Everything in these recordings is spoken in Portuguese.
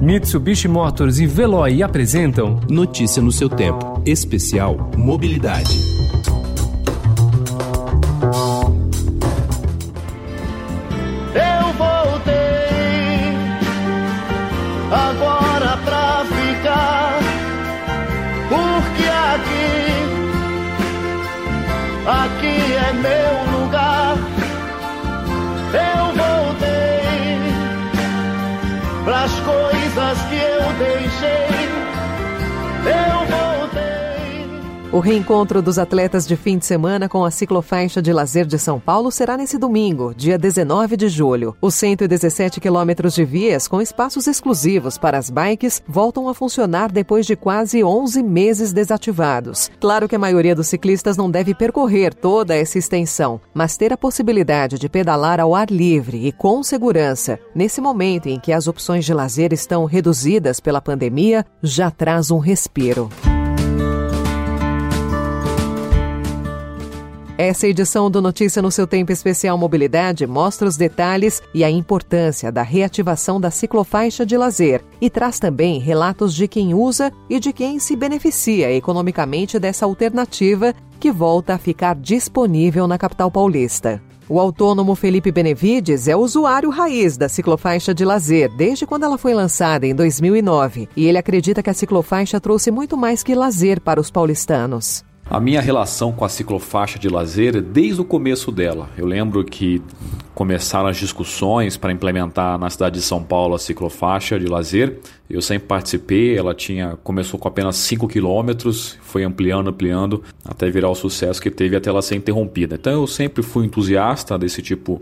Mitsubishi Motors e Veloy apresentam Notícia no seu tempo, especial Mobilidade. Eu voltei agora pra ficar, porque aqui é meu lugar. Eu voltei pras coisas que eu deixei. Eu voltei. O reencontro dos atletas de fim de semana com a ciclofaixa de lazer de São Paulo será nesse domingo, dia 19 de julho. Os 117 quilômetros de vias com espaços exclusivos para as bikes voltam a funcionar depois de quase 11 meses desativados. Claro que a maioria dos ciclistas não deve percorrer toda essa extensão, mas ter a possibilidade de pedalar ao ar livre e com segurança, nesse momento em que as opções de lazer estão reduzidas pela pandemia, já traz um respiro. Essa edição do Notícia no seu Tempo Especial Mobilidade mostra os detalhes e a importância da reativação da ciclofaixa de lazer e traz também relatos de quem usa e de quem se beneficia economicamente dessa alternativa que volta a ficar disponível na capital paulista. O autônomo Felipe Benevides é usuário raiz da ciclofaixa de lazer desde quando ela foi lançada em 2009 e ele acredita que a ciclofaixa trouxe muito mais que lazer para os paulistanos. A minha relação com a ciclofaixa de lazer é desde o começo dela. Eu lembro que começaram as discussões para implementar na cidade de São Paulo a ciclofaixa de lazer. Eu sempre participei, ela começou com apenas 5 quilômetros, foi ampliando, até virar o sucesso que teve até ela ser interrompida. Então eu sempre fui entusiasta desse tipo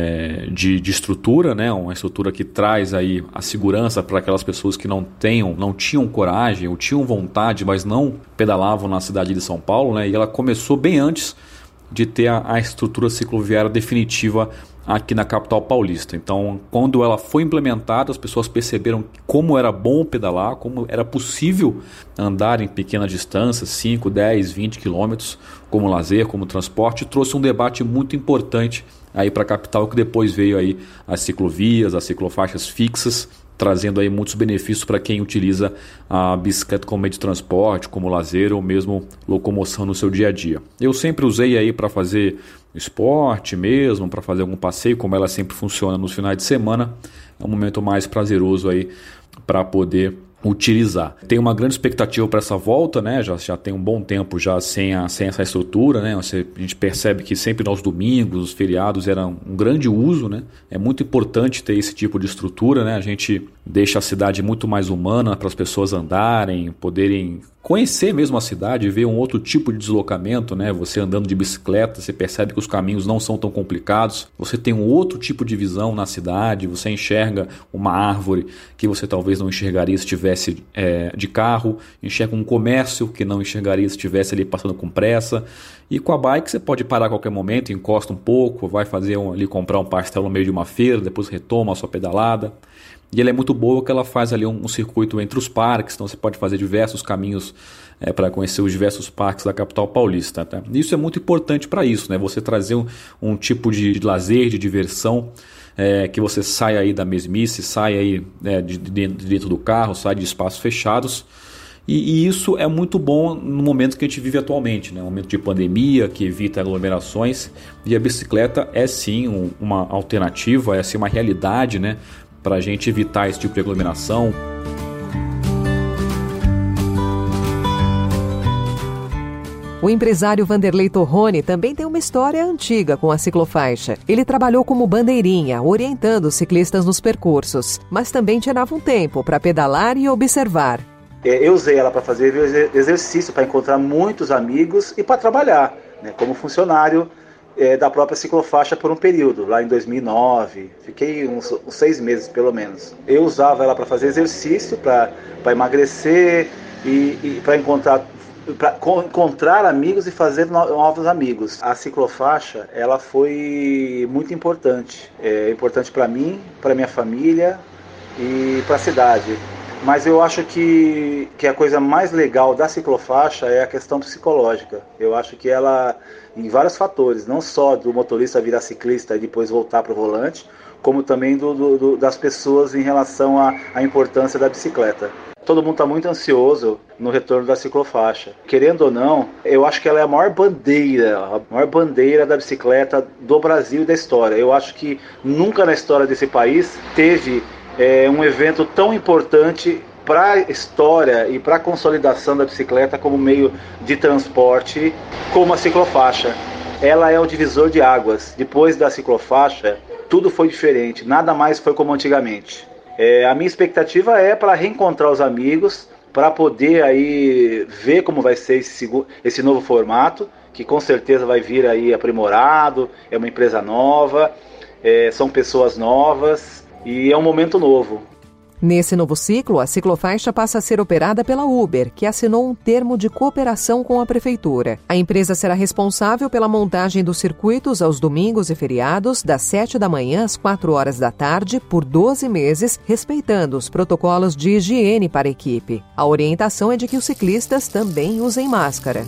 de estrutura, né? Uma estrutura que traz aí a segurança para aquelas pessoas que não tinham coragem ou tinham vontade, mas não pedalavam na cidade de São Paulo, né? E ela começou bem antes de ter a estrutura cicloviária definitiva aqui na capital paulista. Então, quando ela foi implementada, as pessoas perceberam como era bom pedalar, como era possível andar em pequenas distâncias, 5, 10, 20 quilômetros, como lazer, como transporte, e trouxe um debate muito importante aí para a capital, que depois veio aí as ciclovias, as ciclofaixas fixas, trazendo aí muitos benefícios para quem utiliza a bicicleta como meio de transporte, como lazer ou mesmo locomoção no seu dia a dia. Eu sempre usei aí para fazer esporte mesmo, para fazer algum passeio, como ela sempre funciona nos finais de semana. É um momento mais prazeroso aí para poder utilizar. Tem uma grande expectativa para essa volta, né? Já tem um bom tempo já sem essa estrutura, né? A gente percebe que sempre nos domingos, os feriados eram um grande uso, né? É muito importante ter esse tipo de estrutura, né? A gente deixa a cidade muito mais humana para as pessoas andarem, poderem conhecer mesmo a cidade, ver um outro tipo de deslocamento, né? Você andando de bicicleta, você percebe que os caminhos não são tão complicados, você tem um outro tipo de visão na cidade, você enxerga uma árvore que você talvez não enxergaria se estivesse de carro, enxerga um comércio que não enxergaria se estivesse ali passando com pressa, e com a bike você pode parar a qualquer momento, encosta um pouco, vai comprar um pastel no meio de uma feira, depois retoma a sua pedalada. E ela é muito boa que ela faz ali um circuito entre os parques, então você pode fazer diversos caminhos para conhecer os diversos parques da capital paulista. Tá? Isso é muito importante para isso, né? Você trazer um tipo de lazer, de diversão, que você sai aí da mesmice, sai aí de dentro do carro, sai de espaços fechados. E isso é muito bom no momento que a gente vive atualmente, né? Um momento de pandemia que evita aglomerações, e a bicicleta é sim uma alternativa, é sim uma realidade, né? Para a gente evitar esse tipo de aglomeração. O empresário Vanderlei Torrone também tem uma história antiga com a ciclofaixa. Ele trabalhou como bandeirinha, orientando os ciclistas nos percursos, mas também tirava um tempo para pedalar e observar. Eu usei ela para fazer exercício, para encontrar muitos amigos e para trabalhar, né, como funcionário da própria ciclofaixa por um período, lá em 2009, fiquei uns 6 meses pelo menos. Eu usava ela para fazer exercício, para emagrecer e para encontrar amigos e fazer novos amigos. A ciclofaixa, ela foi muito importante, importante para mim, para minha família e para a cidade. Mas eu acho que a coisa mais legal da ciclofaixa é a questão psicológica. Eu acho que ela, em vários fatores, não só do motorista virar ciclista e depois voltar para o volante, como também das pessoas em relação à importância da bicicleta. Todo mundo está muito ansioso no retorno da ciclofaixa. Querendo ou não, eu acho que ela é a maior bandeira da bicicleta do Brasil e da história. Eu acho que nunca na história desse país teve um evento tão importante para a história e para a consolidação da bicicleta como meio de transporte como a ciclofaixa. Ela é o divisor de águas. Depois da ciclofaixa, tudo foi diferente, nada mais foi como antigamente. A minha expectativa é para reencontrar os amigos, para poder aí ver como vai ser esse novo formato, que com certeza vai vir aí aprimorado, é uma empresa nova, são pessoas novas e é um momento novo. Nesse novo ciclo, a ciclofaixa passa a ser operada pela Uber, que assinou um termo de cooperação com a Prefeitura. A empresa será responsável pela montagem dos circuitos aos domingos e feriados, das 7 da manhã às 4 horas da tarde, por 12 meses, respeitando os protocolos de higiene para a equipe. A orientação é de que os ciclistas também usem máscara.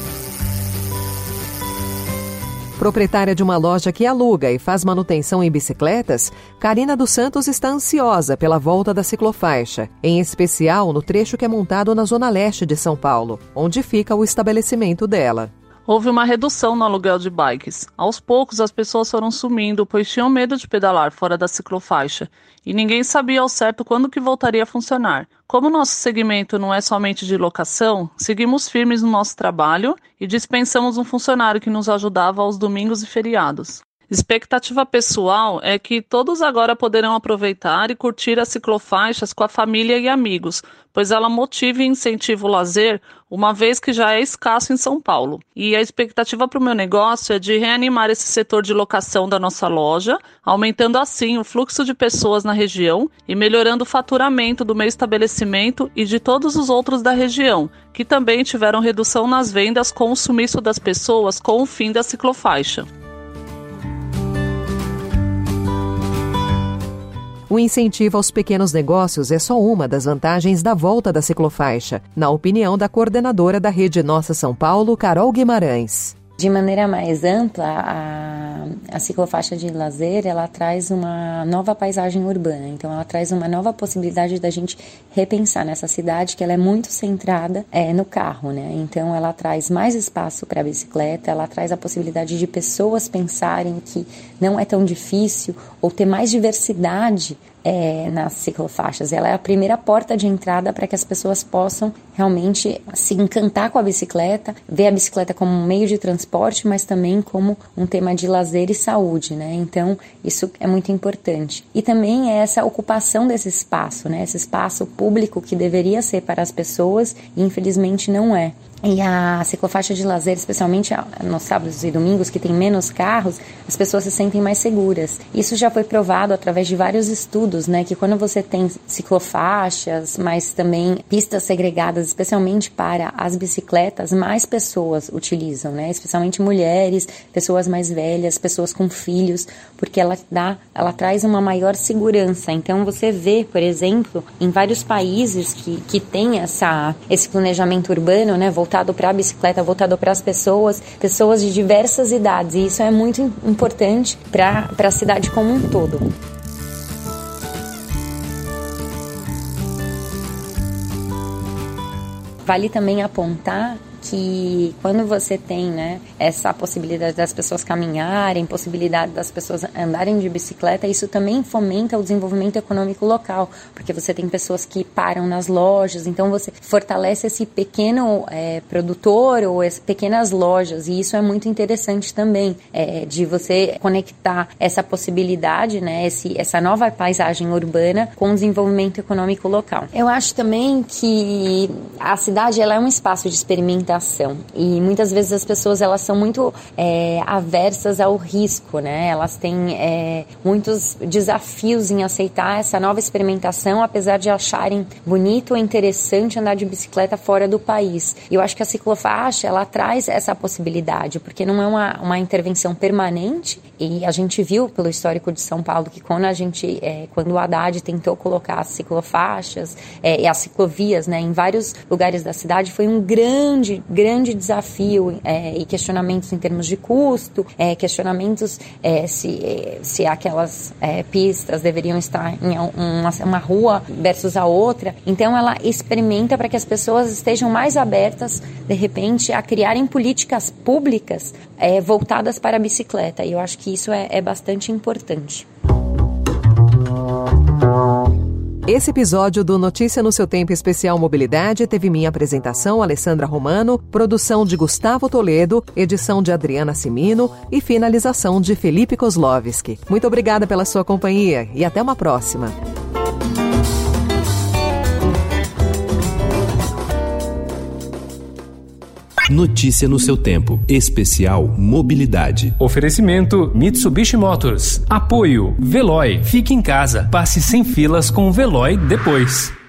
Proprietária de uma loja que aluga e faz manutenção em bicicletas, Karina dos Santos está ansiosa pela volta da ciclofaixa, em especial no trecho que é montado na zona leste de São Paulo, onde fica o estabelecimento dela. Houve uma redução no aluguel de bikes. Aos poucos, as pessoas foram sumindo, pois tinham medo de pedalar fora da ciclofaixa, e ninguém sabia ao certo quando que voltaria a funcionar. Como nosso segmento não é somente de locação, seguimos firmes no nosso trabalho e dispensamos um funcionário que nos ajudava aos domingos e feriados. Expectativa pessoal é que todos agora poderão aproveitar e curtir as ciclofaixas com a família e amigos, pois ela motiva e incentiva o lazer, uma vez que já é escasso em São Paulo. E a expectativa para o meu negócio é de reanimar esse setor de locação da nossa loja, aumentando assim o fluxo de pessoas na região e melhorando o faturamento do meu estabelecimento e de todos os outros da região, que também tiveram redução nas vendas com o sumiço das pessoas com o fim da ciclofaixa. O incentivo aos pequenos negócios é só uma das vantagens da volta da ciclofaixa, na opinião da coordenadora da Rede Nossa São Paulo, Carol Guimarães. De maneira mais ampla, a ciclofaixa de lazer, ela traz uma nova paisagem urbana, então ela traz uma nova possibilidade da gente repensar nessa cidade que ela é muito centrada no carro, né? Então ela traz mais espaço para a bicicleta, ela traz a possibilidade de pessoas pensarem que não é tão difícil ou ter mais diversidade nas ciclofaixas. Ela é a primeira porta de entrada para que as pessoas possam realmente se encantar com a bicicleta, ver a bicicleta como um meio de transporte, mas também como um tema de lazer e saúde, né? Então, isso é muito importante. E também é essa ocupação desse espaço, né? Esse espaço público que deveria ser para as pessoas e infelizmente não é. E a ciclofaixa de lazer, especialmente nos sábados e domingos, que tem menos carros, as pessoas se sentem mais seguras. Isso já foi provado através de vários estudos, né? Que quando você tem ciclofaixas, mas também pistas segregadas, especialmente para as bicicletas, mais pessoas utilizam, né? Especialmente mulheres, pessoas mais velhas, pessoas com filhos, porque ela traz uma maior segurança. Então você vê, por exemplo, em vários países que tem esse planejamento urbano, né? Voltado para a bicicleta, voltado para as pessoas de diversas idades, e isso é muito importante para a cidade como um todo. Vale também apontar que quando você tem, né, essa possibilidade das pessoas caminharem, possibilidade das pessoas andarem de bicicleta, isso também fomenta o desenvolvimento econômico local, porque você tem pessoas que param nas lojas, então você fortalece esse pequeno produtor ou as pequenas lojas, e isso é muito interessante também, de você conectar essa possibilidade, né, essa nova paisagem urbana com o desenvolvimento econômico local. Eu acho também que a cidade ela é um espaço de experimentação, e muitas vezes as pessoas elas são muito aversas ao risco, né? Elas têm muitos desafios em aceitar essa nova experimentação, apesar de acharem bonito ou interessante andar de bicicleta fora do país. E eu acho que a ciclofaixa ela traz essa possibilidade, porque não é uma intervenção permanente, e a gente viu pelo histórico de São Paulo que quando o Haddad tentou colocar as ciclofaixas e as ciclovias, né, em vários lugares da cidade, foi um grande de grande desafio e questionamentos em termos de custo, questionamentos se aquelas pistas deveriam estar em uma rua versus a outra. Então ela experimenta para que as pessoas estejam mais abertas, de repente, a criarem políticas públicas voltadas para a bicicleta. E eu acho que isso é bastante importante. Esse episódio do Notícia no seu Tempo Especial Mobilidade teve minha apresentação, Alessandra Romano, produção de Gustavo Toledo, edição de Adriana Cimino e finalização de Felipe Kozlovski. Muito obrigada pela sua companhia e até uma próxima. Notícia no seu tempo. Especial Mobilidade. Oferecimento Mitsubishi Motors. Apoio Veloy. Fique em casa. Passe sem filas com o Veloy depois.